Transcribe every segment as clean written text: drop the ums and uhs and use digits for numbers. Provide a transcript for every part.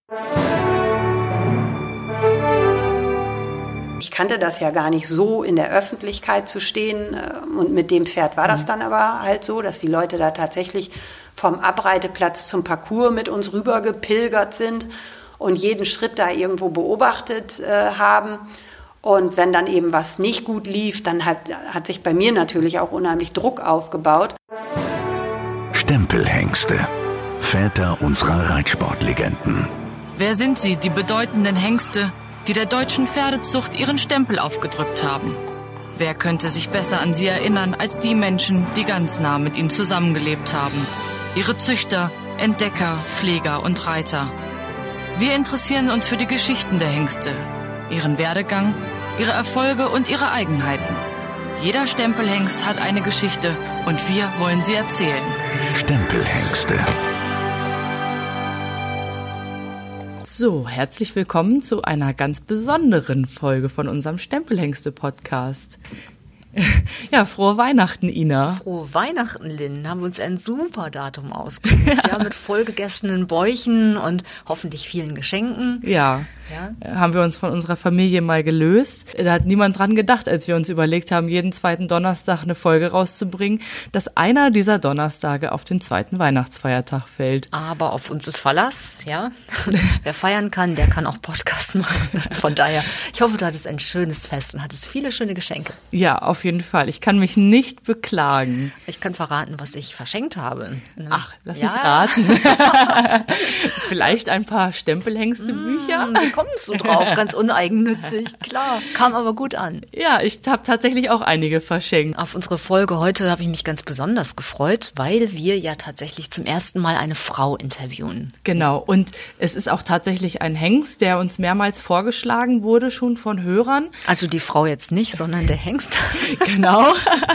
Ich kannte das ja gar nicht so, in der Öffentlichkeit zu stehen, und mit dem Pferd war das dann aber halt so, dass die Leute da tatsächlich vom Abreiteplatz zum Parcours mit uns rüber gepilgert sind und jeden Schritt da irgendwo beobachtet haben. Und wenn dann eben was nicht gut lief, dann hat sich bei mir natürlich auch unheimlich Druck aufgebaut. Stempelhengste, Väter unserer Reitsportlegenden. Wer sind sie, die bedeutenden Hengste, die der deutschen Pferdezucht ihren Stempel aufgedrückt haben? Wer könnte sich besser an sie erinnern als die Menschen, die ganz nah mit ihnen zusammengelebt haben? Ihre Züchter, Entdecker, Pfleger und Reiter. Wir interessieren uns für die Geschichten der Hengste, ihren Werdegang, ihre Erfolge und ihre Eigenheiten. Jeder Stempelhengst hat eine Geschichte und wir wollen sie erzählen. Stempelhengste. So, herzlich willkommen zu einer ganz besonderen Folge von unserem Stempelhengste-Podcast. Ja, frohe Weihnachten, Ina. Frohe Weihnachten, Lynn. Haben wir uns ein super Datum ausgesucht. Ja, mit vollgegessenen Bäuchen und hoffentlich vielen Geschenken. Ja, haben wir uns von unserer Familie mal gelöst. Da hat niemand dran gedacht, als wir uns überlegt haben, jeden zweiten Donnerstag eine Folge rauszubringen, dass einer dieser Donnerstage auf den zweiten Weihnachtsfeiertag fällt. Aber auf uns ist Verlass, ja. Wer feiern kann, der kann auch Podcast machen. Von daher, ich hoffe, du hattest ein schönes Fest und hattest viele schöne Geschenke. Ja, auf jeden Fall. Ich kann mich nicht beklagen. Ich kann verraten, was ich verschenkt habe. Ach, lass mich raten. Vielleicht ein paar Stempelhengste-Bücher? Wie kommst du drauf? Ganz uneigennützig. Klar, kam aber gut an. Ja, ich habe tatsächlich auch einige verschenkt. Auf unsere Folge heute habe ich mich ganz besonders gefreut, weil wir ja tatsächlich zum ersten Mal eine Frau interviewen. Genau, und es ist auch tatsächlich ein Hengst, der uns mehrmals vorgeschlagen wurde, schon von Hörern. Also die Frau jetzt nicht, sondern der Hengst. Genau.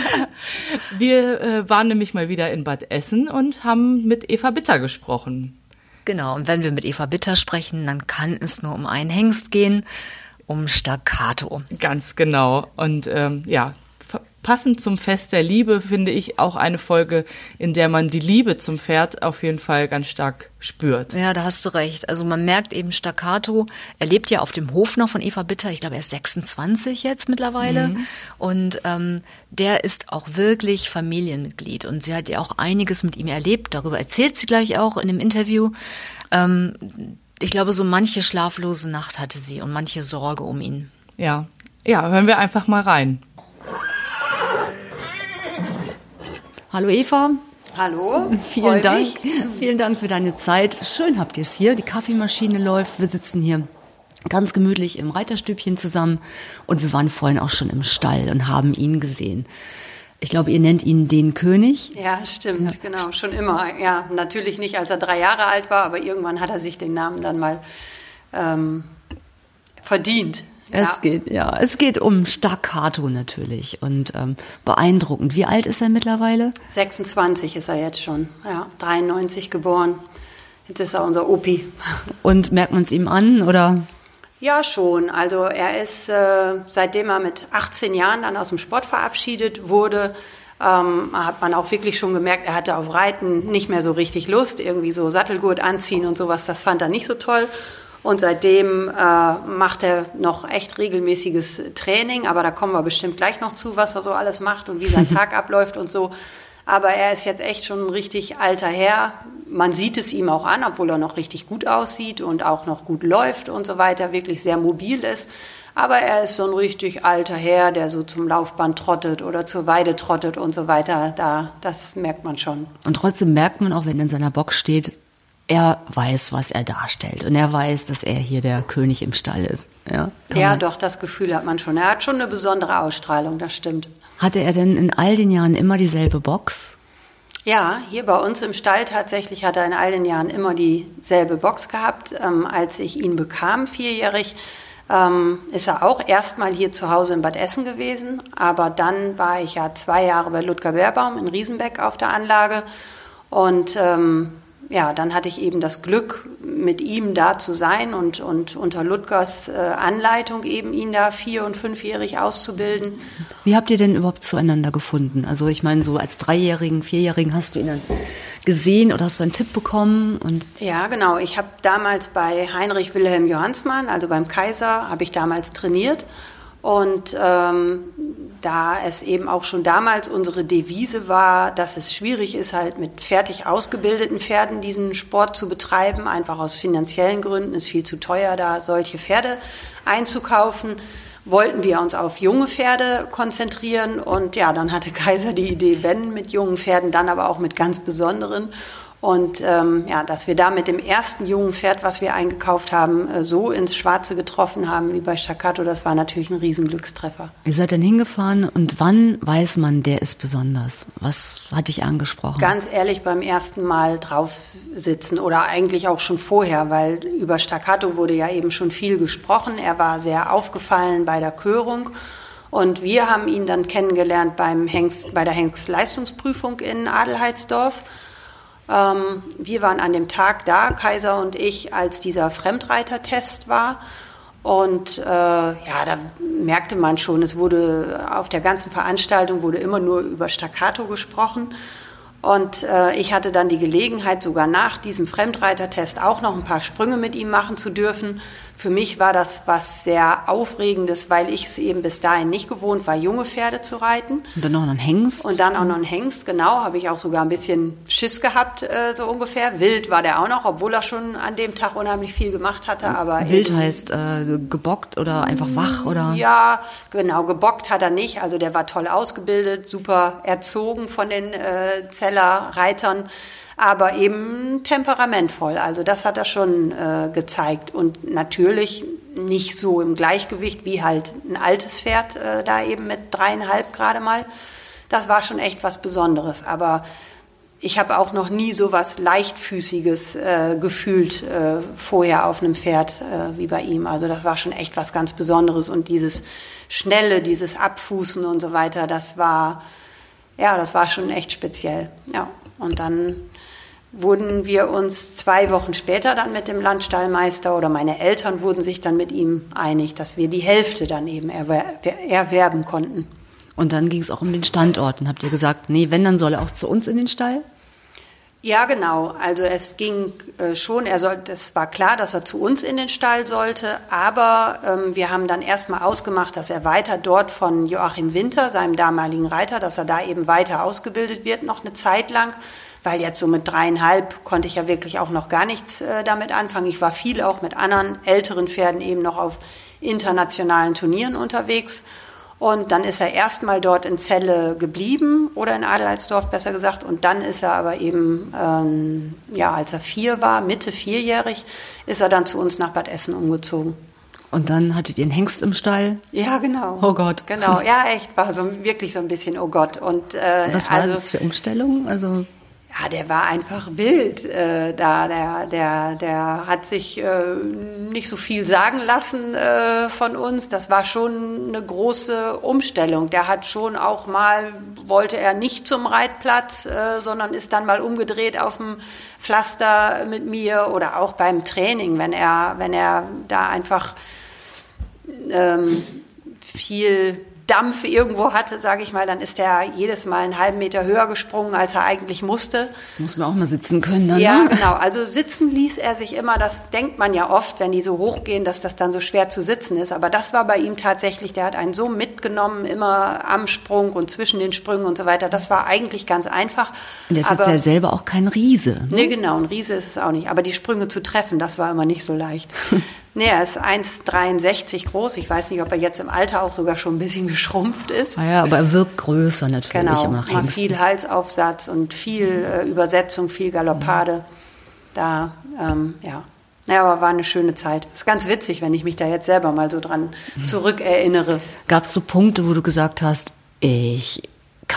Wir waren nämlich mal wieder in Bad Essen und haben mit Eva Bitter gesprochen. Genau, und wenn wir mit Eva Bitter sprechen, dann kann es nur um einen Hengst gehen, um Staccato. Ganz genau. Und passend zum Fest der Liebe finde ich auch eine Folge, in der man die Liebe zum Pferd auf jeden Fall ganz stark spürt. Ja, da hast du recht. Also man merkt eben Staccato, er lebt ja auf dem Hof noch von Eva Bitter, ich glaube er ist 26 jetzt mittlerweile und der ist auch wirklich Familienmitglied und sie hat ja auch einiges mit ihm erlebt, darüber erzählt sie gleich auch in dem Interview. Ich glaube, so manche schlaflose Nacht hatte sie und manche Sorge um ihn. Ja, hören wir einfach mal rein. Hallo Eva. Hallo. Vielen Dank. Vielen Dank für deine Zeit. Schön habt ihr es hier. Die Kaffeemaschine läuft. Wir sitzen hier ganz gemütlich im Reiterstübchen zusammen und wir waren vorhin auch schon im Stall und haben ihn gesehen. Ich glaube, ihr nennt ihn den König. Ja, stimmt, ja. Genau, schon immer. Ja, natürlich nicht, als er 3 Jahre alt war, aber irgendwann hat er sich den Namen dann mal verdient. Es geht um Staccato natürlich und beeindruckend. Wie alt ist er mittlerweile? 26 ist er jetzt schon, ja, 93 geboren. Jetzt ist er unser Opi. Und merkt man es ihm an, oder? Ja, schon. Also er ist, seitdem er mit 18 Jahren dann aus dem Sport verabschiedet wurde, hat man auch wirklich schon gemerkt, er hatte auf Reiten nicht mehr so richtig Lust. Irgendwie so Sattelgurt anziehen und sowas, das fand er nicht so toll. Und seitdem macht er noch echt regelmäßiges Training, aber da kommen wir bestimmt gleich noch zu, was er so alles macht und wie sein Tag abläuft und so. Aber er ist jetzt echt schon ein richtig alter Herr. Man sieht es ihm auch an, obwohl er noch richtig gut aussieht und auch noch gut läuft und so weiter, wirklich sehr mobil ist. Aber er ist so ein richtig alter Herr, der so zum Laufband trottet oder zur Weide trottet und so weiter. Das merkt man schon. Und trotzdem merkt man auch, wenn er in seiner Box steht, er weiß, was er darstellt und er weiß, dass er hier der König im Stall ist. Ja, doch, das Gefühl hat man schon. Er hat schon eine besondere Ausstrahlung, das stimmt. Hatte er denn in all den Jahren immer dieselbe Box? Ja, hier bei uns im Stall tatsächlich hat er in all den Jahren immer dieselbe Box gehabt. Als ich ihn bekam, 4-jährig, ist er auch erstmal hier zu Hause in Bad Essen gewesen. Aber dann war ich ja 2 Jahre bei Ludger Beerbaum in Riesenbeck auf der Anlage und dann hatte ich eben das Glück, mit ihm da zu sein und unter Ludgers Anleitung eben ihn da 4- und 5-jährig auszubilden. Wie habt ihr denn überhaupt zueinander gefunden? Also ich meine, so als 3-Jährigen, 4-Jährigen hast du ihn dann gesehen oder hast du einen Tipp bekommen? Und ja, genau. Ich habe damals bei Heinrich Wilhelm Johannsmann, also beim Kaiser, habe ich damals trainiert. Und da es eben auch schon damals unsere Devise war, dass es schwierig ist, halt mit fertig ausgebildeten Pferden diesen Sport zu betreiben, einfach aus finanziellen Gründen, ist viel zu teuer, da solche Pferde einzukaufen, wollten wir uns auf junge Pferde konzentrieren. Und ja, dann hatte Kaiser die Idee, wenn mit jungen Pferden, dann aber auch mit ganz besonderen. Und dass wir da mit dem ersten jungen Pferd, was wir eingekauft haben, so ins Schwarze getroffen haben wie bei Staccato, das war natürlich ein Riesenglückstreffer. Ihr seid dann hingefahren und wann weiß man, der ist besonders? Was hat dich angesprochen? Ganz ehrlich, beim ersten Mal drauf sitzen oder eigentlich auch schon vorher, weil über Staccato wurde ja eben schon viel gesprochen. Er war sehr aufgefallen bei der Körung. Und wir haben ihn dann kennengelernt bei der Hengstleistungsprüfung in Adelheidsdorf. Wir waren an dem Tag da, Kaiser und ich, als dieser Fremdreitertest war. Und da merkte man schon, es wurde auf der ganzen Veranstaltung wurde immer nur über Staccato gesprochen. Und ich hatte dann die Gelegenheit, sogar nach diesem Fremdreitertest auch noch ein paar Sprünge mit ihm machen zu dürfen. Für mich war das was sehr Aufregendes, weil ich es eben bis dahin nicht gewohnt war, junge Pferde zu reiten. Und dann auch noch ein Hengst. Und dann auch noch ein Hengst, genau. Habe ich auch sogar ein bisschen Schiss gehabt, so ungefähr. Wild war der auch noch, obwohl er schon an dem Tag unheimlich viel gemacht hatte. Aber Wild heißt so gebockt oder einfach wach, oder? Ja, genau. Gebockt hat er nicht. Also der war toll ausgebildet, super erzogen von den Zellerreitern, aber eben temperamentvoll. Also das hat er schon gezeigt und natürlich nicht so im Gleichgewicht wie halt ein altes Pferd, da eben mit 3,5 gerade mal. Das war schon echt was Besonderes, aber ich habe auch noch nie so was Leichtfüßiges gefühlt vorher auf einem Pferd wie bei ihm. Also das war schon echt was ganz Besonderes und dieses Schnelle, dieses Abfußen und so weiter, das war schon echt speziell. Ja. Und dann wurden wir uns 2 Wochen später dann mit dem Landstallmeister oder meine Eltern wurden sich dann mit ihm einig, dass wir die Hälfte dann eben erwerben konnten. Und dann ging es auch um den Standort. Und habt ihr gesagt, nee, wenn, dann soll er auch zu uns in den Stall? Ja, genau. Also es ging schon, es war klar, dass er zu uns in den Stall sollte, aber wir haben dann erstmal ausgemacht, dass er weiter dort von Joachim Winter, seinem damaligen Reiter, dass er da eben weiter ausgebildet wird, noch eine Zeit lang, weil jetzt so mit 3,5 konnte ich ja wirklich auch noch gar nichts damit anfangen. Ich war viel auch mit anderen älteren Pferden eben noch auf internationalen Turnieren unterwegs. Und dann ist er erstmal dort in Celle geblieben oder in Adelheidsdorf besser gesagt. Und dann ist er aber eben, als er 4 war, Mitte 4-jährig, ist er dann zu uns nach Bad Essen umgezogen. Und dann hattet ihr einen Hengst im Stall? Ja, genau. Oh Gott. Genau, ja, echt, war wirklich so ein bisschen oh Gott. Und, was war das für Umstellung? Also ja, der war einfach wild. Der hat sich nicht so viel sagen lassen von uns. Das war schon eine große Umstellung. Der hat schon auch mal, wollte er nicht zum Reitplatz, sondern ist dann mal umgedreht auf dem Pflaster mit mir oder auch beim Training, wenn er da einfach viel Dampf irgendwo hatte, sage ich mal, dann ist er jedes Mal einen halben Meter höher gesprungen, als er eigentlich musste. Muss man auch mal sitzen können dann, ja, ne? Genau. Also sitzen ließ er sich immer, das denkt man ja oft, wenn die so hochgehen, dass das dann so schwer zu sitzen ist. Aber das war bei ihm tatsächlich, der hat einen so mitgenommen, immer am Sprung und zwischen den Sprüngen und so weiter. Das war eigentlich ganz einfach. Und er ist jetzt ja selber auch kein Riese. Ne? Nee, genau, ein Riese ist es auch nicht. Aber die Sprünge zu treffen, das war immer nicht so leicht. Nee, er ist 1,63 groß. Ich weiß nicht, ob er jetzt im Alter auch sogar schon ein bisschen geschrumpft ist. Ja, aber er wirkt größer natürlich. Genau, mal viel Halsaufsatz und viel Übersetzung, viel Galoppade. Da, ja. Ja, aber war eine schöne Zeit. Ist ganz witzig, wenn ich mich da jetzt selber mal so dran zurückerinnere. Gab es so Punkte, wo du gesagt hast, ich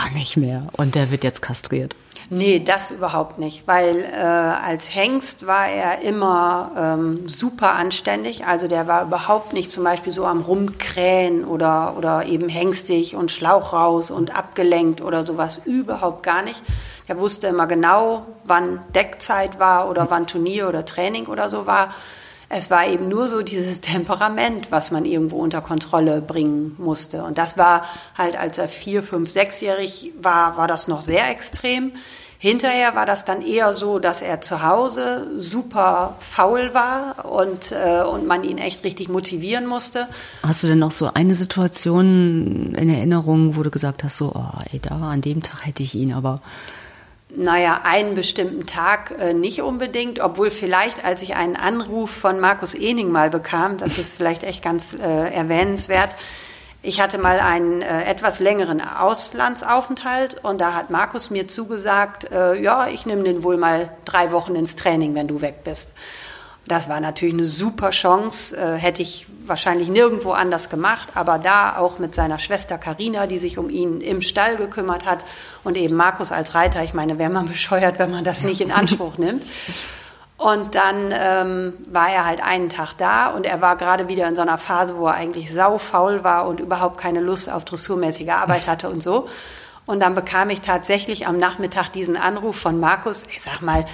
gar nicht mehr und der wird jetzt kastriert. Nee, das überhaupt nicht, weil als Hengst war er immer super anständig. Also der war überhaupt nicht zum Beispiel so am Rumkrähen oder eben hengstig und Schlauch raus und abgelenkt oder sowas, überhaupt gar nicht. Er wusste immer genau, wann Deckzeit war oder wann Turnier oder Training oder so war. Es war eben nur so dieses Temperament, was man irgendwo unter Kontrolle bringen musste. Und das war halt, als er 4-, 5-, 6-jährig war das noch sehr extrem. Hinterher war das dann eher so, dass er zu Hause super faul war und man ihn echt richtig motivieren musste. Hast du denn noch so eine Situation in Erinnerung, wo du gesagt hast, so, oh, ey, da an dem Tag hätte ich ihn aber... Naja, einen bestimmten Tag nicht unbedingt, obwohl vielleicht, als ich einen Anruf von Markus Ehning mal bekam, das ist vielleicht echt ganz erwähnenswert, ich hatte mal einen etwas längeren Auslandsaufenthalt und da hat Markus mir zugesagt, ja, ich nehme den wohl mal 3 Wochen ins Training, wenn du weg bist. Das war natürlich eine super Chance, hätte ich wahrscheinlich nirgendwo anders gemacht, aber da auch mit seiner Schwester Carina, die sich um ihn im Stall gekümmert hat und eben Markus als Reiter, ich meine, wäre man bescheuert, wenn man das nicht in Anspruch nimmt. Und dann war er halt einen Tag da und er war gerade wieder in so einer Phase, wo er eigentlich saufaul war und überhaupt keine Lust auf dressurmäßige Arbeit hatte und so. Und dann bekam ich tatsächlich am Nachmittag diesen Anruf von Markus, ey, sag mal,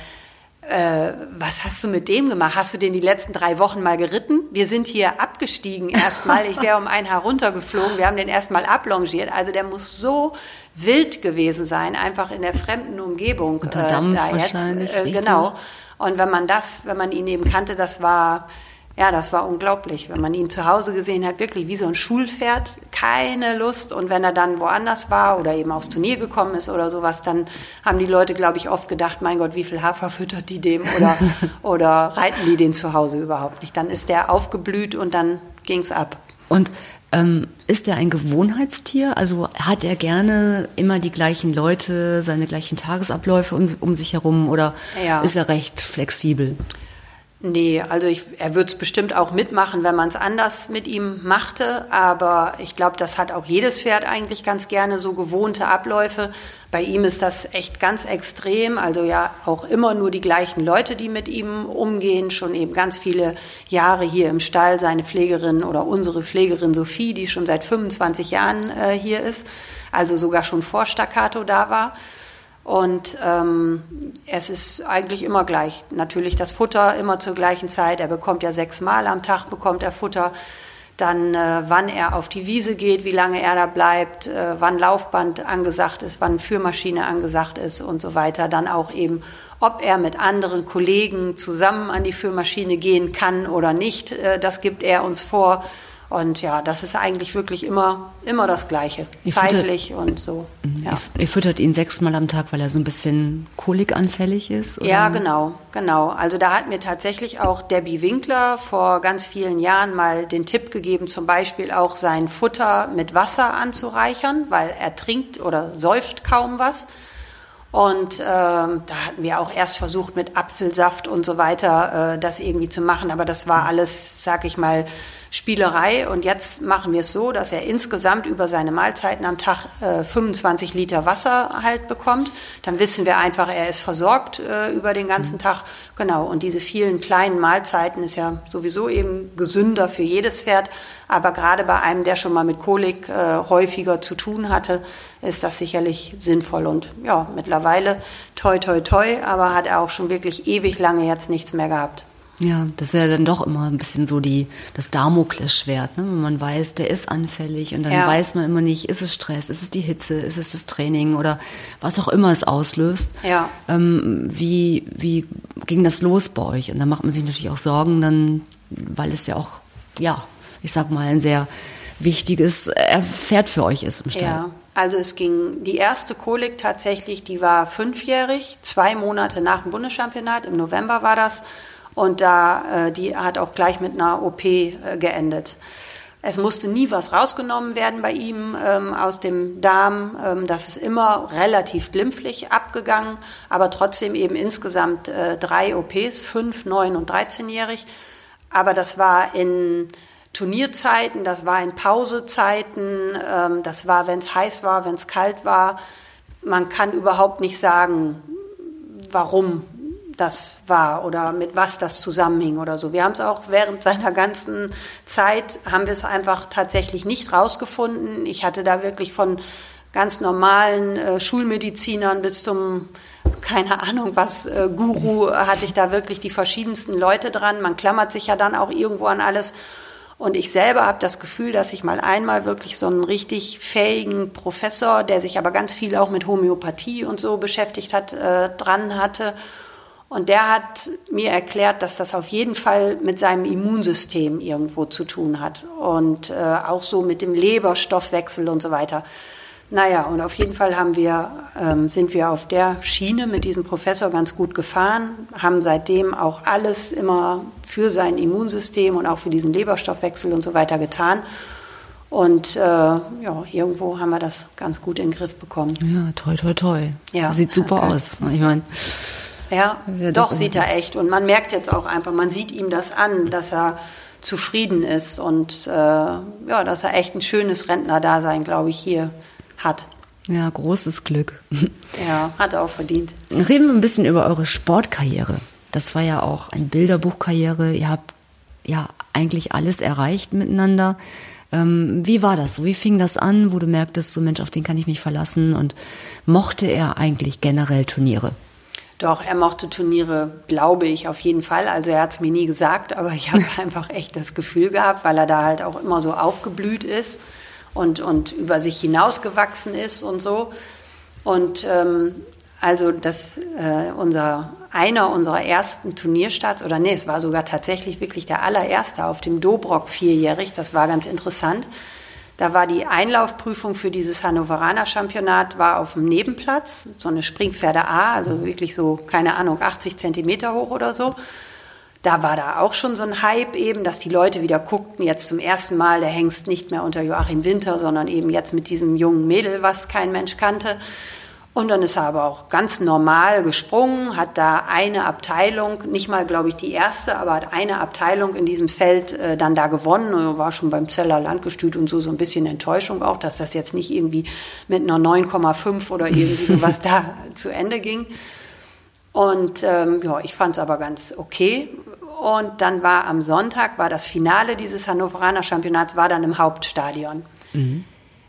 was hast du mit dem gemacht? Hast du den die letzten 3 Wochen mal geritten? Wir sind hier abgestiegen erstmal. Ich wäre um einen heruntergeflogen. Wir haben den erstmal ablongiert. Also der muss so wild gewesen sein, einfach in der fremden Umgebung. Unter Dampf da wahrscheinlich. Jetzt. Genau. Und wenn man ihn eben kannte, das war unglaublich. Wenn man ihn zu Hause gesehen hat, wirklich wie so ein Schulpferd, keine Lust. Und wenn er dann woanders war oder eben aufs Turnier gekommen ist oder sowas, dann haben die Leute, glaube ich, oft gedacht, mein Gott, wie viel Hafer füttert die dem oder reiten die den zu Hause überhaupt nicht. Dann ist der aufgeblüht und dann ging's ab. Und ist er ein Gewohnheitstier? Also hat er gerne immer die gleichen Leute, seine gleichen Tagesabläufe um sich herum oder ist er recht flexibel? Nee, also er würde es bestimmt auch mitmachen, wenn man es anders mit ihm machte, aber ich glaube, das hat auch jedes Pferd eigentlich ganz gerne, so gewohnte Abläufe. Bei ihm ist das echt ganz extrem, also ja auch immer nur die gleichen Leute, die mit ihm umgehen, schon eben ganz viele Jahre hier im Stall, seine Pflegerin oder unsere Pflegerin Sophie, die schon seit 25 Jahren hier ist, also sogar schon vor Staccato da war. Und es ist eigentlich immer gleich. Natürlich das Futter immer zur gleichen Zeit. Er bekommt ja 6 Mal am Tag bekommt er Futter. Dann wann er auf die Wiese geht, wie lange er da bleibt, wann Laufband angesagt ist, wann Führmaschine angesagt ist und so weiter. Dann auch eben, ob er mit anderen Kollegen zusammen an die Führmaschine gehen kann oder nicht. Das gibt er uns vor. Und ja, das ist eigentlich wirklich immer das Gleiche, zeitlich und so. Ja. Ihr füttert ihn 6 Mal am Tag, weil er so ein bisschen kolikanfällig ist? Oder? Ja, genau. Also da hat mir tatsächlich auch Debbie Winkler vor ganz vielen Jahren mal den Tipp gegeben, zum Beispiel auch sein Futter mit Wasser anzureichern, weil er trinkt oder säuft kaum was. Und da hatten wir auch erst versucht, mit Apfelsaft und so weiter das irgendwie zu machen. Aber das war alles, sag ich mal, Spielerei. Und jetzt machen wir es so, dass er insgesamt über seine Mahlzeiten am Tag 25 Liter Wasser halt bekommt. Dann wissen wir einfach, er ist versorgt über den ganzen Tag. Genau, und diese vielen kleinen Mahlzeiten ist ja sowieso eben gesünder für jedes Pferd. Aber gerade bei einem, der schon mal mit Kolik häufiger zu tun hatte, ist das sicherlich sinnvoll. Und ja, mittlerweile toi, toi, toi, aber hat er auch schon wirklich ewig lange jetzt nichts mehr gehabt. Ja, das ist ja dann doch immer ein bisschen so das Damoklesschwert, ne? Wenn man weiß, der ist anfällig und dann weiß man immer nicht, ist es Stress, ist es die Hitze, ist es das Training oder was auch immer es auslöst. Ja. Wie ging das los bei euch? Und da macht man sich natürlich auch Sorgen dann, weil es ja auch, ja, ich sag mal, ein sehr wichtiges Pferd für euch ist im Stall. Ja, also es ging, die erste Kolik tatsächlich, die war 5-jährig, 2 Monate nach dem Bundeschampionat, im November war das. Und die hat auch gleich mit einer OP geendet. Es musste nie was rausgenommen werden bei ihm aus dem Darm. Das ist immer relativ glimpflich abgegangen, aber trotzdem eben insgesamt 3 OPs, 5-, 9- und 13-jährig. Aber das war in Turnierzeiten, das war in Pausezeiten, das war, wenn es heiß war, wenn es kalt war. Man kann überhaupt nicht sagen, warum das war oder mit was das zusammenhing oder so. Wir haben es auch während seiner ganzen Zeit, haben wir es einfach tatsächlich nicht rausgefunden. Ich hatte da wirklich von ganz normalen Schulmedizinern bis zum, keine Ahnung was, Guru, hatte ich da wirklich die verschiedensten Leute dran. Man klammert sich ja dann auch irgendwo an alles. Und ich selber habe das Gefühl, dass ich mal einmal wirklich so einen richtig fähigen Professor, der sich aber ganz viel auch mit Homöopathie und so beschäftigt hat, dran hatte. Und der hat mir erklärt, dass das auf jeden Fall mit seinem Immunsystem irgendwo zu tun hat. Und auch so mit dem Leberstoffwechsel und so weiter. Naja, und auf jeden Fall sind wir auf der Schiene mit diesem Professor ganz gut gefahren, haben seitdem auch alles immer für sein Immunsystem und auch für diesen Leberstoffwechsel und so weiter getan. Und irgendwo haben wir das ganz gut in den Griff bekommen. Ja, toi, toi, toi. Ja. Sieht super aus. Ich meine, ja, doch, sieht er echt. Und man merkt jetzt auch einfach, man sieht ihm das an, dass er zufrieden ist und dass er echt ein schönes Rentnerdasein, glaube ich, hier hat. Ja, großes Glück. Ja, hat er auch verdient. Reden wir ein bisschen über eure Sportkarriere. Das war ja auch eine Bilderbuchkarriere. Ihr habt ja eigentlich alles erreicht miteinander. Wie war das so? Wie fing das an, wo du merktest, so Mensch, auf den kann ich mich verlassen? Und mochte er eigentlich generell Turniere? Doch, er mochte Turniere, glaube ich, auf jeden Fall. Also er hat es mir nie gesagt, aber ich habe einfach echt das Gefühl gehabt, weil er da halt auch immer so aufgeblüht ist und über sich hinausgewachsen ist und so. Und also einer unserer ersten Turnierstarts, es war sogar tatsächlich wirklich der allererste auf dem Dobrock vierjährig, das war ganz interessant. Da war die Einlaufprüfung für dieses Hannoveraner Championat war auf dem Nebenplatz, so eine Springpferde A, also wirklich so, keine Ahnung, 80 Zentimeter hoch oder so. Da war da auch schon so ein Hype eben, dass die Leute wieder guckten, jetzt zum ersten Mal der Hengst nicht mehr unter Joachim Winter, sondern eben jetzt mit diesem jungen Mädel, was kein Mensch kannte. Und dann ist er aber auch ganz normal gesprungen, hat da eine Abteilung, nicht mal, glaube ich, die erste, aber hat eine Abteilung in diesem Feld dann da gewonnen. Und war schon beim Zeller Landgestüt und so ein bisschen Enttäuschung auch, dass das jetzt nicht irgendwie mit einer 9,5 oder irgendwie sowas da zu Ende ging. Und ich fand es aber ganz okay. Und dann war am Sonntag, war das Finale dieses Hannoveraner Championats, war dann im Hauptstadion. Mhm.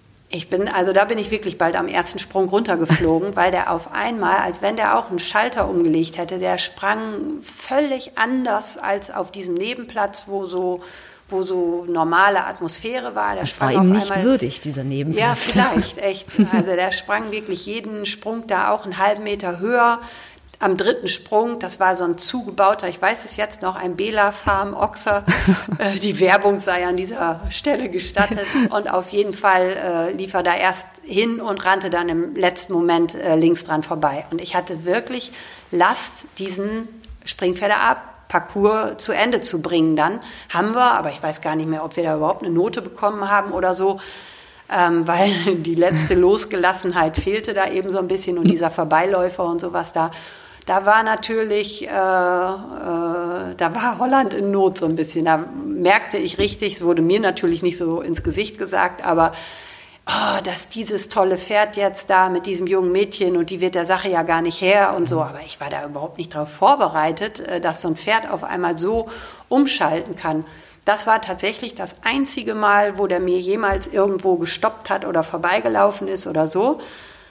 Da bin ich wirklich bald am ersten Sprung runtergeflogen, weil der auf einmal, als wenn der auch einen Schalter umgelegt hätte, der sprang völlig anders als auf diesem Nebenplatz, wo so normale Atmosphäre war. Das war ihm nicht würdig, dieser Nebenplatz. Ja, vielleicht, echt. Also der sprang wirklich jeden Sprung da auch einen halben Meter höher. Am dritten Sprung, das war so ein zugebauter, ich weiß es jetzt noch, ein Bela Farm Ochser. Die Werbung sei an dieser Stelle gestattet. Und auf jeden Fall lief er da erst hin und rannte dann im letzten Moment links dran vorbei. Und ich hatte wirklich Last, diesen Springpferde-Parcours zu Ende zu bringen dann. Haben wir, aber ich weiß gar nicht mehr, ob wir da überhaupt eine Note bekommen haben oder so. Weil die letzte Losgelassenheit fehlte da eben so ein bisschen und dieser Vorbeiläufer und sowas da. Da war natürlich, da war Holland in Not so ein bisschen. Da merkte ich richtig, es wurde mir natürlich nicht so ins Gesicht gesagt, aber dass dieses tolle Pferd jetzt da mit diesem jungen Mädchen und die wird der Sache ja gar nicht her und so. Aber ich war da überhaupt nicht darauf vorbereitet, dass so ein Pferd auf einmal so umschalten kann. Das war tatsächlich das einzige Mal, wo der mir jemals irgendwo gestoppt hat oder vorbeigelaufen ist oder so.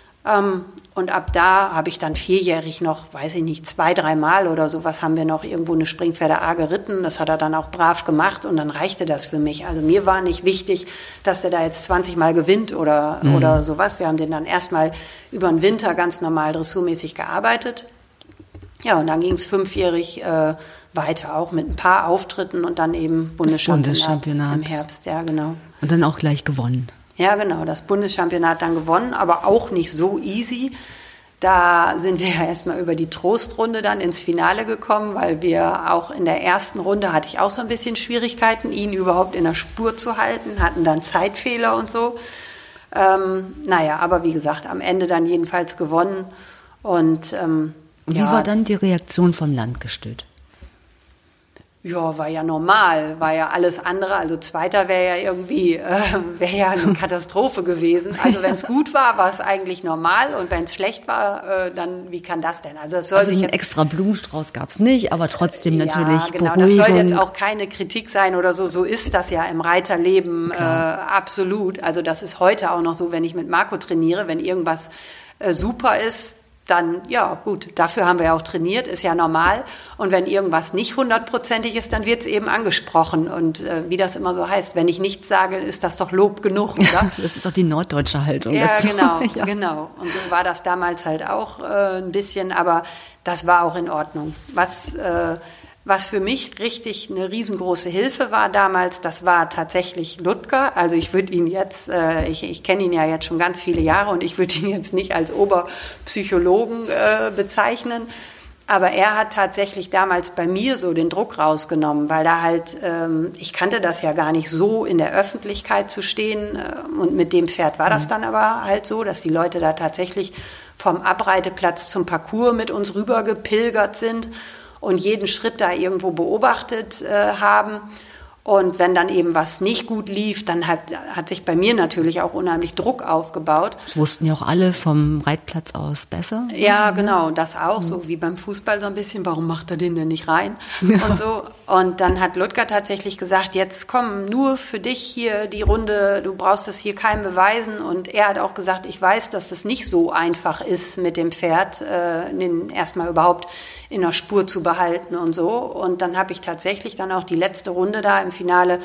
Und ab da habe ich dann vierjährig noch, weiß ich nicht, 2-3 Mal oder sowas haben wir noch irgendwo eine Springpferde A geritten. Das hat er dann auch brav gemacht und dann reichte das für mich. Also mir war nicht wichtig, dass der da jetzt 20 Mal gewinnt oder sowas. Wir haben den dann erstmal über den Winter ganz normal dressurmäßig gearbeitet. Ja, und dann ging es 5-jährig weiter, auch mit ein paar Auftritten und dann eben Bundeschampionat im Herbst. Ja, genau. Und dann auch gleich gewonnen. Ja, genau, das Bundeschampionat dann gewonnen, aber auch nicht so easy. Da sind wir erstmal über die Trostrunde dann ins Finale gekommen, weil wir auch in der ersten Runde hatte ich auch so ein bisschen Schwierigkeiten, ihn überhaupt in der Spur zu halten, hatten dann Zeitfehler und so. Aber wie gesagt, am Ende dann jedenfalls gewonnen. Und wie war dann die Reaktion vom Landgestüt? Ja, war ja normal, war ja alles andere. Also Zweiter wäre ja irgendwie, wäre ja eine Katastrophe gewesen. Also wenn es gut war, war es eigentlich normal und wenn es schlecht war, dann wie kann das denn? Also es soll sich einen jetzt extra Blumenstrauß gab's nicht, aber trotzdem natürlich ja, genau, Beruhigung. das soll jetzt auch keine Kritik sein oder so. So ist das ja im Reiterleben absolut. Also das ist heute auch noch so, wenn ich mit Marco trainiere, wenn irgendwas super ist, dann, ja gut, dafür haben wir ja auch trainiert, ist ja normal. Und wenn irgendwas nicht 100%ig ist, dann wird es eben angesprochen. Und wie das immer so heißt, wenn ich nichts sage, ist das doch Lob genug, oder? Das ist auch die norddeutsche Haltung. Ja, dazu. genau, Ja. genau. Und so war das damals halt auch ein bisschen, aber das war auch in Ordnung. Was für mich richtig eine riesengroße Hilfe war damals, das war tatsächlich Ludger. Also ich würde ihn jetzt, ich kenne ihn ja jetzt schon ganz viele Jahre und ich würde ihn jetzt nicht als Oberpsychologen bezeichnen. Aber er hat tatsächlich damals bei mir so den Druck rausgenommen, weil da halt, ich kannte das ja gar nicht so in der Öffentlichkeit zu stehen. Und mit dem Pferd war das dann aber halt so, dass die Leute da tatsächlich vom Abreiteplatz zum Parcours mit uns rüber gepilgert sind und jeden Schritt da irgendwo beobachtet haben. Und wenn dann eben was nicht gut lief, dann hat sich bei mir natürlich auch unheimlich Druck aufgebaut. Das wussten ja auch alle vom Reitplatz aus besser. Ja, genau, das auch, so wie beim Fußball so ein bisschen, warum macht er den denn nicht rein? Ja. Und so. Und dann hat Ludger tatsächlich gesagt, jetzt komm, nur für dich hier die Runde, du brauchst das hier keinem beweisen. Und er hat auch gesagt, ich weiß, dass das nicht so einfach ist mit dem Pferd, den erstmal überhaupt in der Spur zu behalten und so. Und dann habe ich tatsächlich dann auch die letzte Runde da im Finale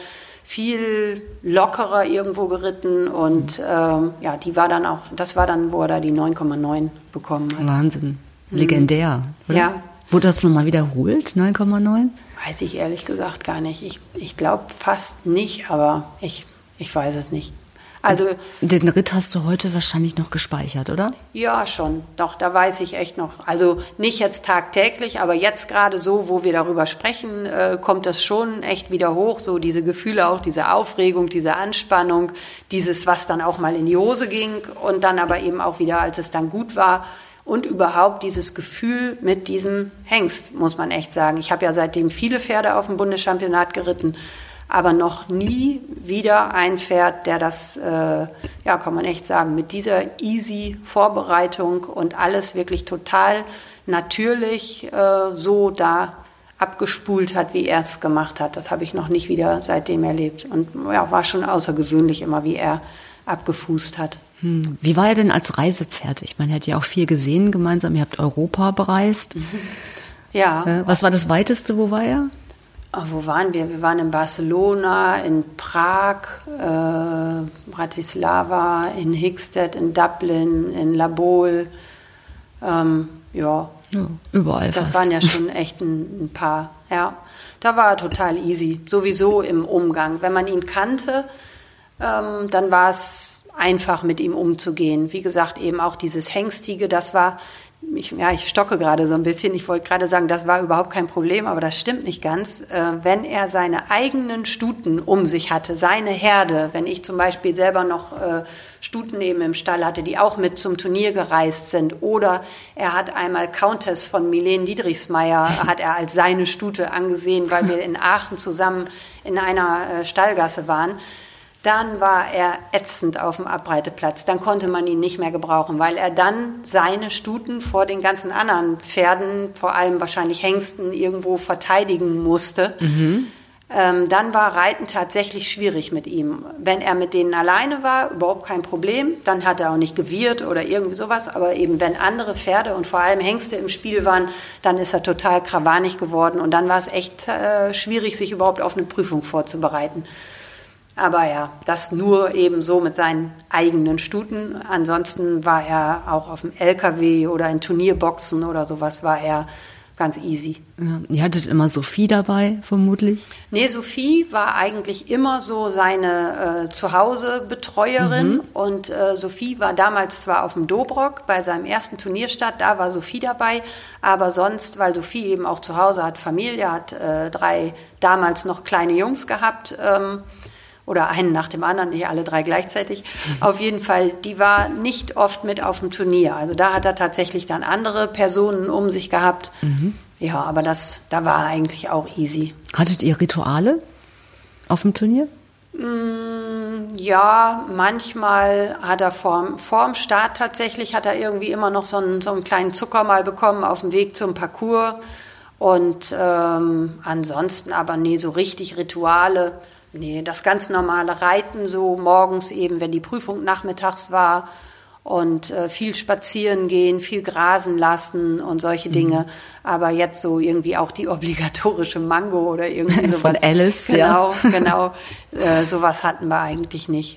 viel lockerer irgendwo geritten und ja, die war dann auch, das war dann, wo er da die 9,9 bekommen hat. Wahnsinn, legendär, oder? Ja. Wurde das nochmal wiederholt, 9,9? Weiß ich ehrlich gesagt gar nicht. Ich glaube fast nicht, aber ich weiß es nicht. Also den Ritt hast du heute wahrscheinlich noch gespeichert, oder? Ja, schon. Doch, da weiß ich echt noch. Also nicht jetzt tagtäglich, aber jetzt gerade so, wo wir darüber sprechen, kommt das schon echt wieder hoch. So diese Gefühle auch, diese Aufregung, diese Anspannung, dieses, was dann auch mal in die Hose ging und dann aber eben auch wieder, als es dann gut war. Und überhaupt dieses Gefühl mit diesem Hengst, muss man echt sagen. Ich habe ja seitdem viele Pferde auf dem Bundeschampionat geritten, aber noch nie wieder ein Pferd, der das, ja, kann man echt sagen, mit dieser easy Vorbereitung und alles wirklich total natürlich so da abgespult hat, wie er es gemacht hat. Das habe ich noch nicht wieder seitdem erlebt. Und ja, war schon außergewöhnlich immer, wie er abgefußt hat. Wie war er denn als Reisepferd? Ich meine, er hat ja auch viel gesehen gemeinsam. Ihr habt Europa bereist. Ja. Was war das Weiteste? Wo war er? Wo waren wir? Wir waren in Barcelona, in Prag, Bratislava, in Hickstead, in Dublin, in La Baule. Ja, überall das fast. waren ja schon echt ein paar. Ja, da war er total easy, sowieso im Umgang. Wenn man ihn kannte, dann war es einfach, mit ihm umzugehen. Wie gesagt, eben auch dieses Hengstige, das war... Ich stocke gerade so ein bisschen. Ich wollte gerade sagen, das war überhaupt kein Problem, aber das stimmt nicht ganz. Wenn er seine eigenen Stuten um sich hatte, seine Herde, wenn ich zum Beispiel selber noch Stuten eben im Stall hatte, die auch mit zum Turnier gereist sind, oder er hat einmal Countess von Milene Dietrichsmeier, hat er als seine Stute angesehen, weil wir in Aachen zusammen in einer Stallgasse waren, dann war er ätzend auf dem Abreiteplatz. Dann konnte man ihn nicht mehr gebrauchen, weil er dann seine Stuten vor den ganzen anderen Pferden, vor allem wahrscheinlich Hengsten, irgendwo verteidigen musste. Dann war Reiten tatsächlich schwierig mit ihm. Wenn er mit denen alleine war, überhaupt kein Problem. Dann hat er auch nicht gewirrt oder irgendwie sowas. Aber eben wenn andere Pferde und vor allem Hengste im Spiel waren, dann ist er total krawanig geworden. Und dann war es echt schwierig, sich überhaupt auf eine Prüfung vorzubereiten. Aber ja, das nur eben so mit seinen eigenen Stuten. Ansonsten war er auch auf dem LKW oder in Turnierboxen oder sowas, war er ganz easy. Ja, ihr hattet immer Sophie dabei, vermutlich? Nee, Sophie war eigentlich immer so seine Zuhause-Betreuerin. Und Sophie war damals zwar auf dem Dobrock bei seinem ersten Turnierstart, da war Sophie dabei, aber sonst, weil Sophie eben auch zu Hause hat Familie, hat 3 damals noch kleine Jungs gehabt, oder einen nach dem anderen, nicht alle 3 gleichzeitig. Auf jeden Fall, die war nicht oft mit auf dem Turnier. Also da hat er tatsächlich dann andere Personen um sich gehabt. Ja, aber da war eigentlich auch easy. Hattet ihr Rituale auf dem Turnier? Ja, manchmal hat er vorm Start tatsächlich, hat er irgendwie immer noch so einen kleinen Zucker mal bekommen auf dem Weg zum Parcours. Und ansonsten aber so richtig Rituale. Nee, das ganz normale Reiten so morgens eben, wenn die Prüfung nachmittags war. Und viel spazieren gehen, viel grasen lassen und solche Dinge. Aber jetzt so irgendwie auch die obligatorische Mango oder irgendwie sowas. Von Alice, Genau. Sowas hatten wir eigentlich nicht.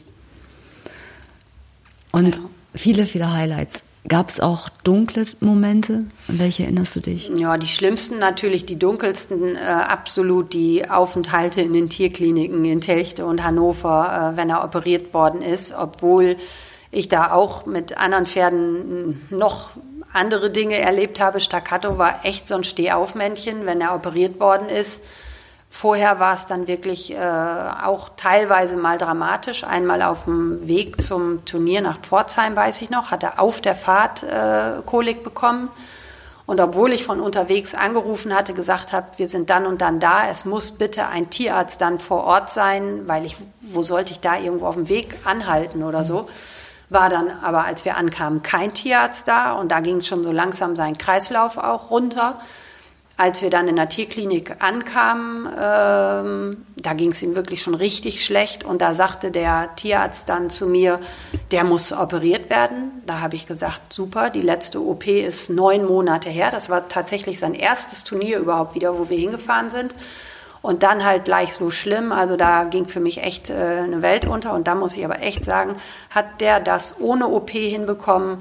Und viele, viele Highlights. Gab es auch dunkle Momente? An welche erinnerst du dich? Ja, die schlimmsten natürlich, die dunkelsten, absolut die Aufenthalte in den Tierkliniken in Telchte und Hannover, wenn er operiert worden ist, obwohl ich da auch mit anderen Pferden noch andere Dinge erlebt habe. Staccato war echt so ein Stehaufmännchen, wenn er operiert worden ist. Vorher war es dann wirklich auch teilweise mal dramatisch. Einmal auf dem Weg zum Turnier nach Pforzheim, weiß ich noch, hat er auf der Fahrt Kolik bekommen. Und obwohl ich von unterwegs angerufen hatte, gesagt habe, wir sind dann und dann da, es muss bitte ein Tierarzt dann vor Ort sein, weil wo sollte ich da irgendwo auf dem Weg anhalten oder so. War dann aber, als wir ankamen, kein Tierarzt da und da ging schon so langsam sein Kreislauf auch runter. Als wir dann in der Tierklinik ankamen, da ging es ihm wirklich schon richtig schlecht und da sagte der Tierarzt dann zu mir, der muss operiert werden. Da habe ich gesagt, super, die letzte OP ist 9 Monate her. Das war tatsächlich sein erstes Turnier überhaupt wieder, wo wir hingefahren sind. Und dann halt gleich so schlimm, also da ging für mich echt eine Welt unter. Und da muss ich aber echt sagen, hat der das ohne OP hinbekommen.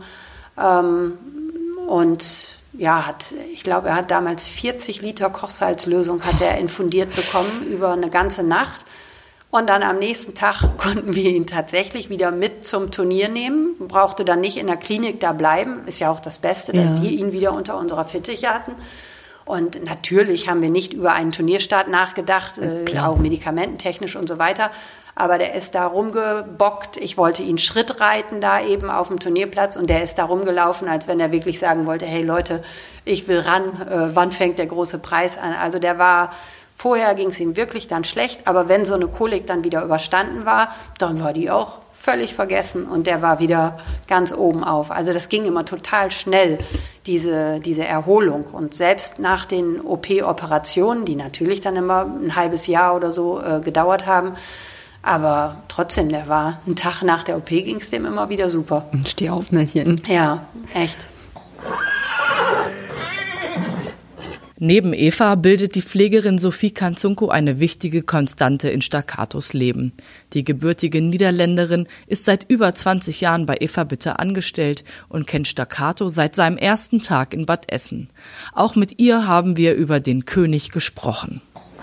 Und ja, ich glaube, er hat damals 40 Liter Kochsalzlösung hat er infundiert bekommen über eine ganze Nacht. Und dann am nächsten Tag konnten wir ihn tatsächlich wieder mit zum Turnier nehmen. Brauchte dann nicht in der Klinik da bleiben. Ist ja auch das Beste, dass wir ihn wieder unter unserer Fittiche hatten. Und natürlich haben wir nicht über einen Turnierstart nachgedacht, auch medikamententechnisch und so weiter. Aber der ist da rumgebockt. Ich wollte ihn Schritt reiten da eben auf dem Turnierplatz und der ist da rumgelaufen, als wenn er wirklich sagen wollte, hey Leute, ich will ran, wann fängt der große Preis an? Also vorher ging es ihm wirklich dann schlecht, aber wenn so eine Kolik dann wieder überstanden war, dann war die auch völlig vergessen und der war wieder ganz oben auf. Also das ging immer total schnell, diese Erholung. Und selbst nach den OP-Operationen, die natürlich dann immer ein halbes Jahr oder so gedauert haben, aber trotzdem, der war einen Tag nach der OP, ging es dem immer wieder super. Ein Stehaufmännchen. Ja, echt. Neben Eva bildet die Pflegerin Sophie Kanzunko eine wichtige Konstante in Staccatos Leben. Die gebürtige Niederländerin ist seit über 20 Jahren bei Eva Bitter angestellt und kennt Staccato seit seinem ersten Tag in Bad Essen. Auch mit ihr haben wir über den König gesprochen.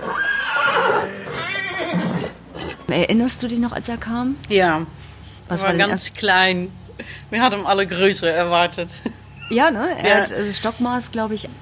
Erinnerst du dich noch, als er kam? Ja, Was war ganz klein. Wir hatten alle größere erwartet. Ja, ne? Er hat Stockmaß, glaube ich,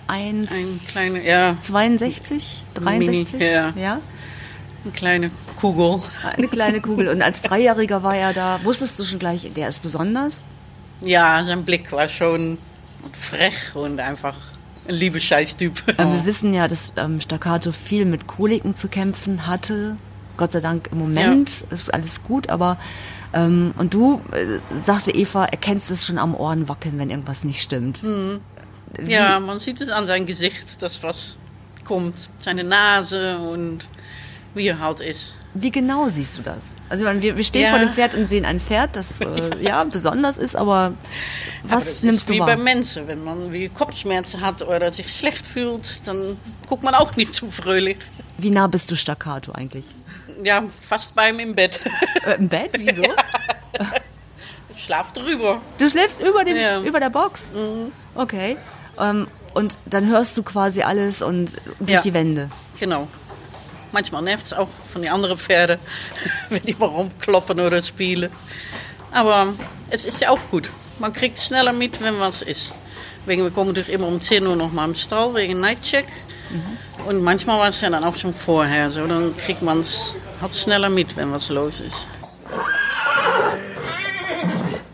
62, 63. Mini, ja. Eine kleine Kugel. Eine kleine Kugel. Und als Dreijähriger war er da. Wusstest du schon gleich, der ist besonders? Ja, sein Blick war schon frech und einfach ein Liebescheiß-Typ. Wir wissen ja, dass Staccato viel mit Koliken zu kämpfen hatte. Gott sei Dank im Moment ist alles gut, aber und du, sagte Eva, erkennst es schon am Ohren wackeln, wenn irgendwas nicht stimmt. Ja, man sieht es an seinem Gesicht, dass was kommt. Seine Nase und wie er halt ist. Wie genau siehst du das? Also wir stehen vor dem Pferd und sehen ein Pferd, das besonders ist, aber was nimmst du wahr? Wie bei Menschen, wenn man wie Kopfschmerzen hat oder sich schlecht fühlt, dann guckt man auch nicht zu fröhlich. Wie nah bist du Staccato eigentlich? Ja, fast bei ihm im Bett. Im Bett? Wieso? Ich schlaf drüber. Du schläfst über der Box? Mhm. Okay. Und dann hörst du quasi alles und durch die Wände? Genau. Manchmal nervt es auch von den anderen Pferden, wenn die mal rumkloppen oder spielen. Aber es ist ja auch gut. Man kriegt schneller mit, wenn was ist. Wir kommen natürlich immer um 10 Uhr noch mal im Stall wegen Nightcheck. Und manchmal war es ja dann auch schon vorher so. Dann kriegt man es halt schneller mit, wenn was los ist.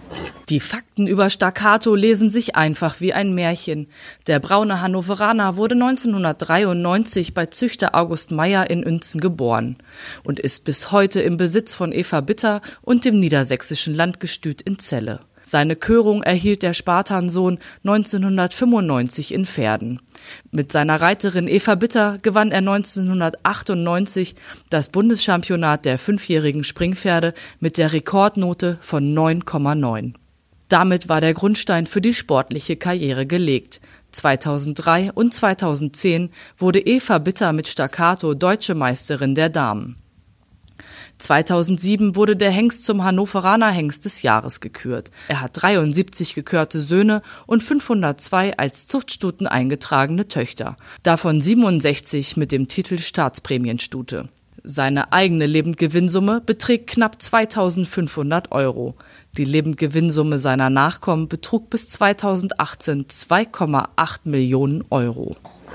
Die Fakten über Staccato lesen sich einfach wie ein Märchen. Der braune Hannoveraner wurde 1993 bei Züchter August Meyer in Uenzen geboren und ist bis heute im Besitz von Eva Bitter und dem niedersächsischen Landgestüt in Celle. Seine Körung erhielt der Spartansohn 1995 in Verden. Mit seiner Reiterin Eva Bitter gewann er 1998 das Bundeschampionat der 5-jährigen Springpferde mit der Rekordnote von 9,9. Damit war der Grundstein für die sportliche Karriere gelegt. 2003 und 2010 wurde Eva Bitter mit Staccato Deutsche Meisterin der Damen. 2007 wurde der Hengst zum Hannoveraner Hengst des Jahres gekürt. Er hat 73 gekürte Söhne und 502 als Zuchtstuten eingetragene Töchter, davon 67 mit dem Titel Staatsprämienstute. Seine eigene Lebendgewinnsumme beträgt knapp 2.500 €. Die Lebendgewinnsumme seiner Nachkommen betrug bis 2018 2,8 Millionen €.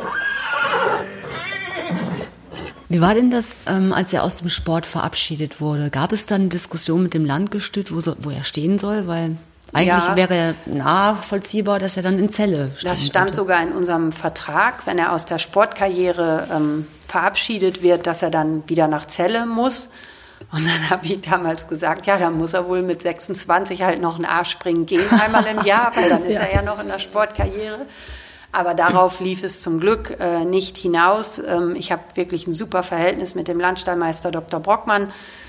Wie war denn das, als er aus dem Sport verabschiedet wurde? Gab es dann eine Diskussion mit dem Landgestüt, wo er stehen soll? Weil eigentlich wäre er nachvollziehbar, dass er dann in Celle stehen Das stand könnte. sogar in unserem Vertrag, wenn er aus der Sportkarriere verabschiedet wird, dass er dann wieder nach Celle muss. Und dann habe ich damals gesagt, ja, dann muss er wohl mit 26 halt noch ein A-Springen gehen, einmal im Jahr, weil dann ist er ja noch in der Sportkarriere. Aber darauf lief es zum Glück nicht hinaus. Ich habe wirklich ein super Verhältnis mit dem Landstallmeister Dr. Brockmann,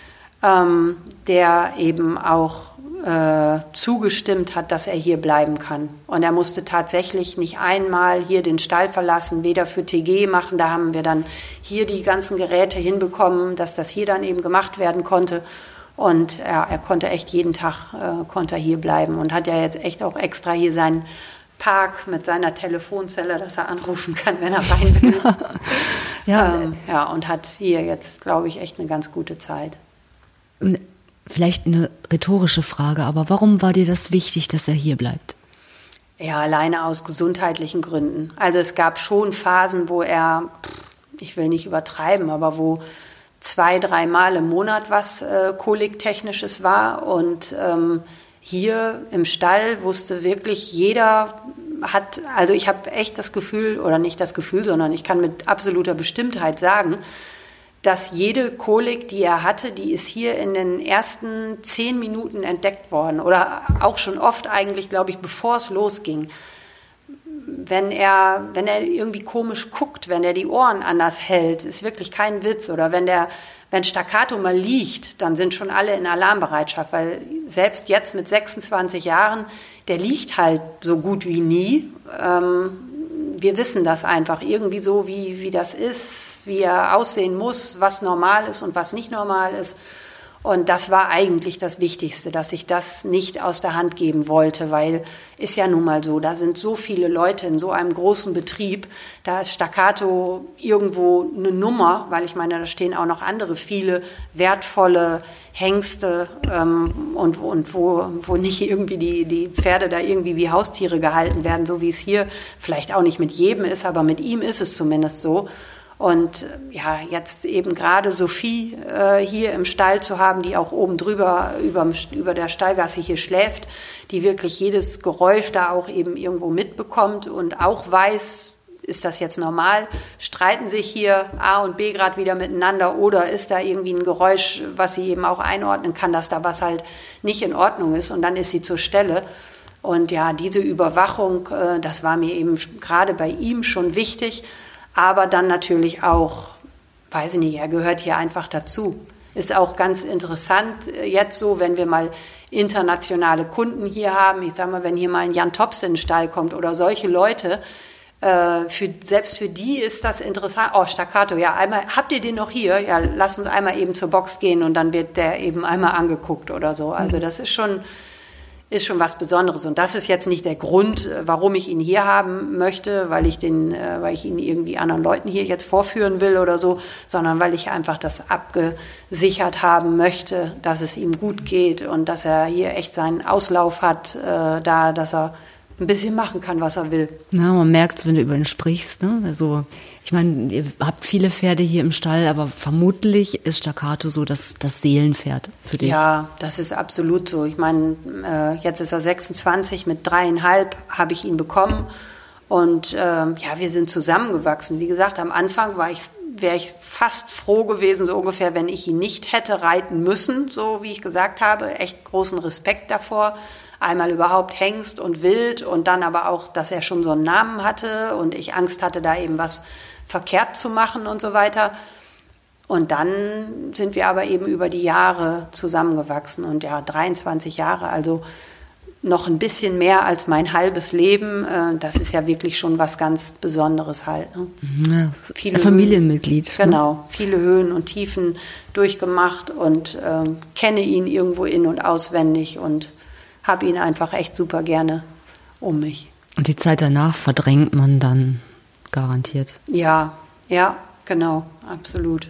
der eben auch zugestimmt hat, dass er hier bleiben kann. Und er musste tatsächlich nicht einmal hier den Stall verlassen, weder für TG machen. Da haben wir dann hier die ganzen Geräte hinbekommen, dass das hier dann eben gemacht werden konnte. Und ja, er konnte echt jeden Tag konnte er hier bleiben und hat ja jetzt echt auch extra hier seinen Park mit seiner Telefonzelle, dass er anrufen kann, wenn er rein will. Und hat hier jetzt, glaube ich, echt eine ganz gute Zeit. Vielleicht eine rhetorische Frage, aber warum war dir das wichtig, dass er hier bleibt? Ja, alleine aus gesundheitlichen Gründen. Also es gab schon Phasen, wo er, ich will nicht übertreiben, aber wo 2-3 Mal im Monat was Koliktechnisches war. Und hier im Stall wusste wirklich jeder, also ich habe echt das Gefühl, oder nicht das Gefühl, sondern ich kann mit absoluter Bestimmtheit sagen, dass jede Kolik, die er hatte, die ist hier in den ersten 10 Minuten entdeckt worden. Oder auch schon oft eigentlich, glaube ich, bevor es losging. Wenn er irgendwie komisch guckt, wenn er die Ohren anders hält, ist wirklich kein Witz. Oder wenn Staccato mal liegt, dann sind schon alle in Alarmbereitschaft. Weil selbst jetzt mit 26 Jahren, der liegt halt so gut wie nie. Wir wissen das einfach irgendwie so, wie das ist, wie er aussehen muss, was normal ist und was nicht normal ist. Und das war eigentlich das Wichtigste, dass ich das nicht aus der Hand geben wollte, weil ist ja nun mal so, da sind so viele Leute in so einem großen Betrieb, da ist Staccato irgendwo eine Nummer, weil ich meine, da stehen auch noch andere viele wertvolle Hengste und wo nicht irgendwie die Pferde da irgendwie wie Haustiere gehalten werden, so wie es hier vielleicht auch nicht mit jedem ist, aber mit ihm ist es zumindest so. Und ja, jetzt eben gerade Sophie hier im Stall zu haben, die auch oben drüber über der Stallgasse hier schläft, die wirklich jedes Geräusch da auch eben irgendwo mitbekommt und auch weiß, ist das jetzt normal? Streiten sich hier A und B gerade wieder miteinander oder ist da irgendwie ein Geräusch, was sie eben auch einordnen kann, dass da was halt nicht in Ordnung ist und dann ist sie zur Stelle. Und ja, diese Überwachung, das war mir eben gerade bei ihm schon wichtig. Aber dann natürlich auch, weiß ich nicht, er gehört hier einfach dazu. Ist auch ganz interessant jetzt so, wenn wir mal internationale Kunden hier haben. Ich sage mal, wenn hier mal ein Jan Tops in den Stall kommt oder solche Leute, selbst für die ist das interessant. Oh, Staccato, ja, einmal, habt ihr den noch hier? Ja, lass uns einmal eben zur Box gehen und dann wird der eben einmal angeguckt oder so. Also das ist schon was Besonderes. Und das ist jetzt nicht der Grund, warum ich ihn hier haben möchte, weil ich ihn irgendwie anderen Leuten hier jetzt vorführen will oder so, sondern weil ich einfach das abgesichert haben möchte, dass es ihm gut geht und dass er hier echt seinen Auslauf hat, dass er ein bisschen machen kann, was er will. Ja, man merkt es, wenn du über ihn sprichst. Ne? Also, ich meine, ihr habt viele Pferde hier im Stall, aber vermutlich ist Staccato so das Seelenpferd für dich. Ja, das ist absolut so. Ich meine, jetzt ist er 26, mit 3,5 habe ich ihn bekommen. Und wir sind zusammengewachsen. Wie gesagt, am Anfang wäre ich fast froh gewesen, so ungefähr, wenn ich ihn nicht hätte reiten müssen, so wie ich gesagt habe. Echt großen Respekt davor. Einmal überhaupt Hengst und Wild und dann aber auch, dass er schon so einen Namen hatte und ich Angst hatte, da eben was verkehrt zu machen und so weiter. Und dann sind wir aber eben über die Jahre zusammengewachsen und 23 Jahre, also noch ein bisschen mehr als mein halbes Leben. Das ist ja wirklich schon was ganz Besonderes halt. Ne? Ja, viele Familienmitglied. Genau, viele Höhen und Tiefen durchgemacht und kenne ihn irgendwo in- und auswendig und habe ihn einfach echt super gerne um mich. Und die Zeit danach verdrängt man dann garantiert. Ja, genau, absolut.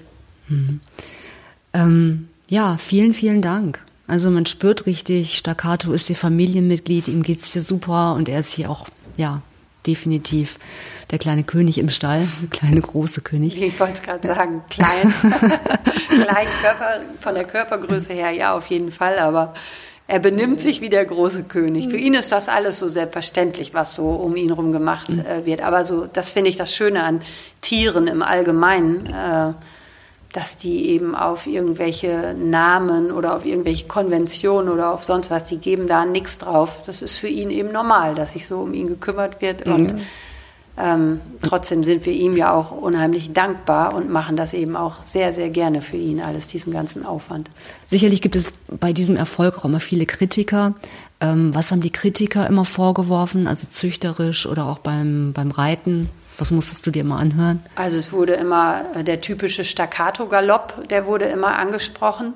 Vielen, vielen Dank. Also man spürt richtig, Staccato ist ihr Familienmitglied, ihm geht's hier super und er ist hier auch, definitiv der kleine König im Stall, der kleine große König. Ich wollte es gerade sagen, klein. Klein Körper, von der Körpergröße her, ja, auf jeden Fall, aber er benimmt sich wie der große König. Für ihn ist das alles so selbstverständlich, was so um ihn herum gemacht wird. Aber so, das finde ich das Schöne an Tieren im Allgemeinen, dass die eben auf irgendwelche Namen oder auf irgendwelche Konventionen oder auf sonst was, die geben da nichts drauf. Das ist für ihn eben normal, dass sich so um ihn gekümmert wird. Und trotzdem sind wir ihm ja auch unheimlich dankbar und machen das eben auch sehr, sehr gerne für ihn, alles diesen ganzen Aufwand. Sicherlich gibt es bei diesem Erfolg auch immer viele Kritiker. Was haben die Kritiker immer vorgeworfen, also züchterisch oder auch beim Reiten? Was musstest du dir immer anhören? Also es wurde immer der typische Staccato-Galopp, der wurde immer angesprochen.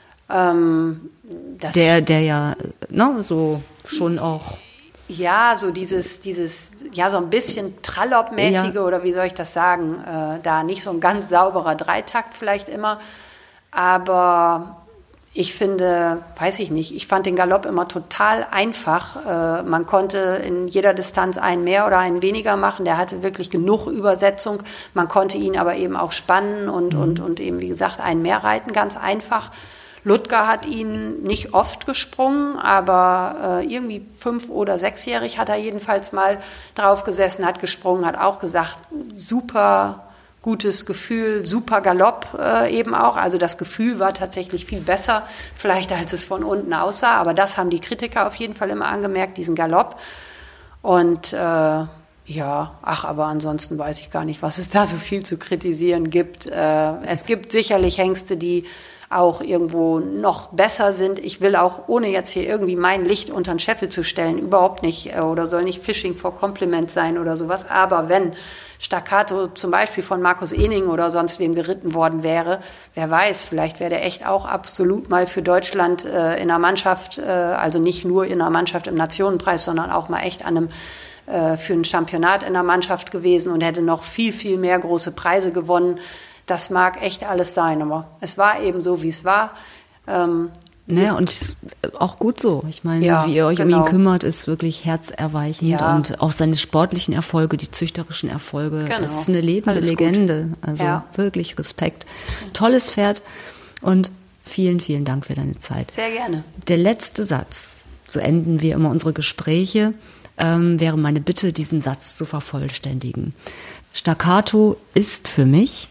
Der ja so schon auch... Ja, so dieses, so ein bisschen Trallop-mäßige, oder wie soll ich das sagen, da nicht so ein ganz sauberer Dreitakt vielleicht immer, aber ich finde, weiß ich nicht, ich fand den Galopp immer total einfach. Man konnte in jeder Distanz einen mehr oder einen weniger machen, der hatte wirklich genug Übersetzung, man konnte ihn aber eben auch spannen und eben, wie gesagt, einen mehr reiten, ganz einfach. Ludger hat ihn nicht oft gesprungen, aber irgendwie 5- oder 6-jährig hat er jedenfalls mal drauf gesessen, hat gesprungen, hat auch gesagt, super gutes Gefühl, super Galopp eben auch. Also das Gefühl war tatsächlich viel besser, vielleicht als es von unten aussah, aber das haben die Kritiker auf jeden Fall immer angemerkt, diesen Galopp. Und aber ansonsten weiß ich gar nicht, was es da so viel zu kritisieren gibt. Es gibt sicherlich Hengste, die auch irgendwo noch besser sind. Ich will auch, ohne jetzt hier irgendwie mein Licht unter den Scheffel zu stellen, überhaupt nicht, oder soll nicht Fishing for Compliment sein oder sowas, aber wenn Staccato zum Beispiel von Markus Ening oder sonst wem geritten worden wäre, wer weiß, vielleicht wäre der echt auch absolut mal für Deutschland in der Mannschaft, also nicht nur in der Mannschaft im Nationenpreis, sondern auch mal echt für ein Championat in der Mannschaft gewesen und hätte noch viel, viel mehr große Preise gewonnen. Das mag echt alles sein, aber es war eben so, wie es war. Und auch gut so. Ich meine, wie ihr euch um ihn kümmert, ist wirklich herzerweichend. Ja. Und auch seine sportlichen Erfolge, die züchterischen Erfolge, es ist eine lebende Legende. Also wirklich Respekt. Tolles Pferd und vielen, vielen Dank für deine Zeit. Sehr gerne. Der letzte Satz, so enden wir immer unsere Gespräche, wäre meine Bitte, diesen Satz zu vervollständigen. Staccato ist für mich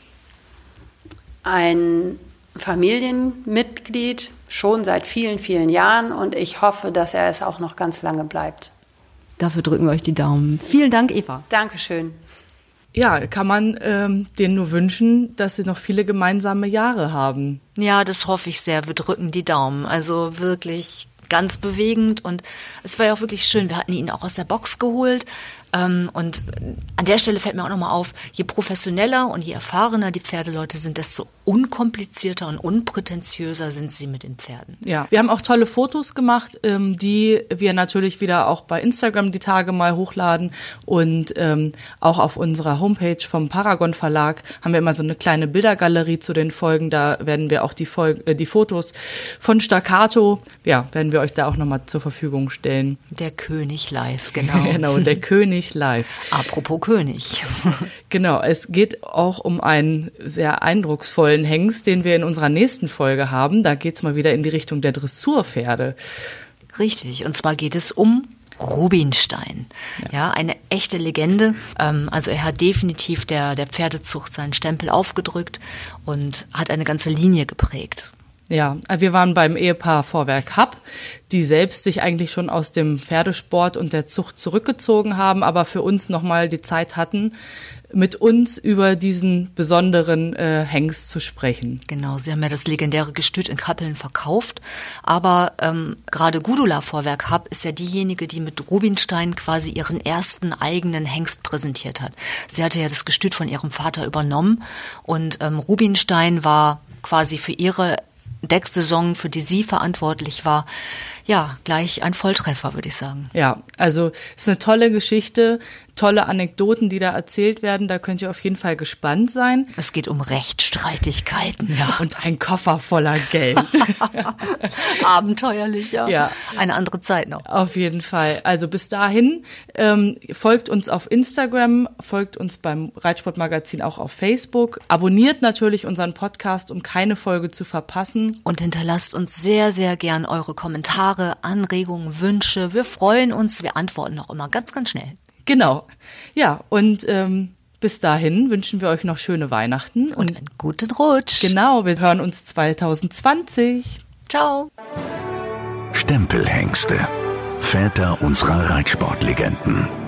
ein Familienmitglied, schon seit vielen, vielen Jahren und ich hoffe, dass er es auch noch ganz lange bleibt. Dafür drücken wir euch die Daumen. Vielen Dank, Eva. Dankeschön. Ja, kann man denen nur wünschen, dass sie noch viele gemeinsame Jahre haben. Ja, das hoffe ich sehr. Wir drücken die Daumen. Also wirklich ganz bewegend und es war ja auch wirklich schön. Wir hatten ihn auch aus der Box geholt. Und an der Stelle fällt mir auch nochmal auf, je professioneller und je erfahrener die Pferdeleute sind, desto unkomplizierter und unprätentiöser sind sie mit den Pferden. Ja, wir haben auch tolle Fotos gemacht, die wir natürlich wieder auch bei Instagram die Tage mal hochladen und auch auf unserer Homepage vom Paragon Verlag haben wir immer so eine kleine Bildergalerie zu den Folgen. Da werden wir auch die Fotos von Staccato, ja, werden wir euch da auch nochmal zur Verfügung stellen. Der König live, genau. Genau, der König live. Apropos König. Genau, es geht auch um einen sehr eindrucksvollen Hengst, den wir in unserer nächsten Folge haben. Da geht's mal wieder in die Richtung der Dressurpferde. Richtig, und zwar geht es um Rubinstein. Ja, eine echte Legende. Also er hat definitiv der Pferdezucht seinen Stempel aufgedrückt und hat eine ganze Linie geprägt. Ja, wir waren beim Ehepaar Vorwerk Happ, die selbst sich eigentlich schon aus dem Pferdesport und der Zucht zurückgezogen haben, aber für uns nochmal die Zeit hatten, mit uns über diesen besonderen Hengst zu sprechen. Genau, sie haben ja das legendäre Gestüt in Kappeln verkauft, aber gerade Gudula Vorwerk Happ ist ja diejenige, die mit Rubinstein quasi ihren ersten eigenen Hengst präsentiert hat. Sie hatte ja das Gestüt von ihrem Vater übernommen und Rubinstein war quasi für ihre Decksaison, für die sie verantwortlich war, ja, gleich ein Volltreffer, würde ich sagen. Ja, also es ist eine tolle Geschichte, tolle Anekdoten, die da erzählt werden. Da könnt ihr auf jeden Fall gespannt sein. Es geht um Rechtsstreitigkeiten. Ja, und ein Koffer voller Geld. Abenteuerlich, ja. Ja. Eine andere Zeit noch. Auf jeden Fall. Also bis dahin, folgt uns auf Instagram, folgt uns beim Reitsportmagazin auch auf Facebook. Abonniert natürlich unseren Podcast, um keine Folge zu verpassen. Und hinterlasst uns sehr, sehr gern eure Kommentare, Anregungen, Wünsche. Wir freuen uns, wir antworten auch immer ganz, ganz schnell. Genau. Ja, und bis dahin wünschen wir euch noch schöne Weihnachten. Und einen guten Rutsch. Genau, wir hören uns 2020. Ciao. Stempelhengste. Väter unserer Reitsportlegenden.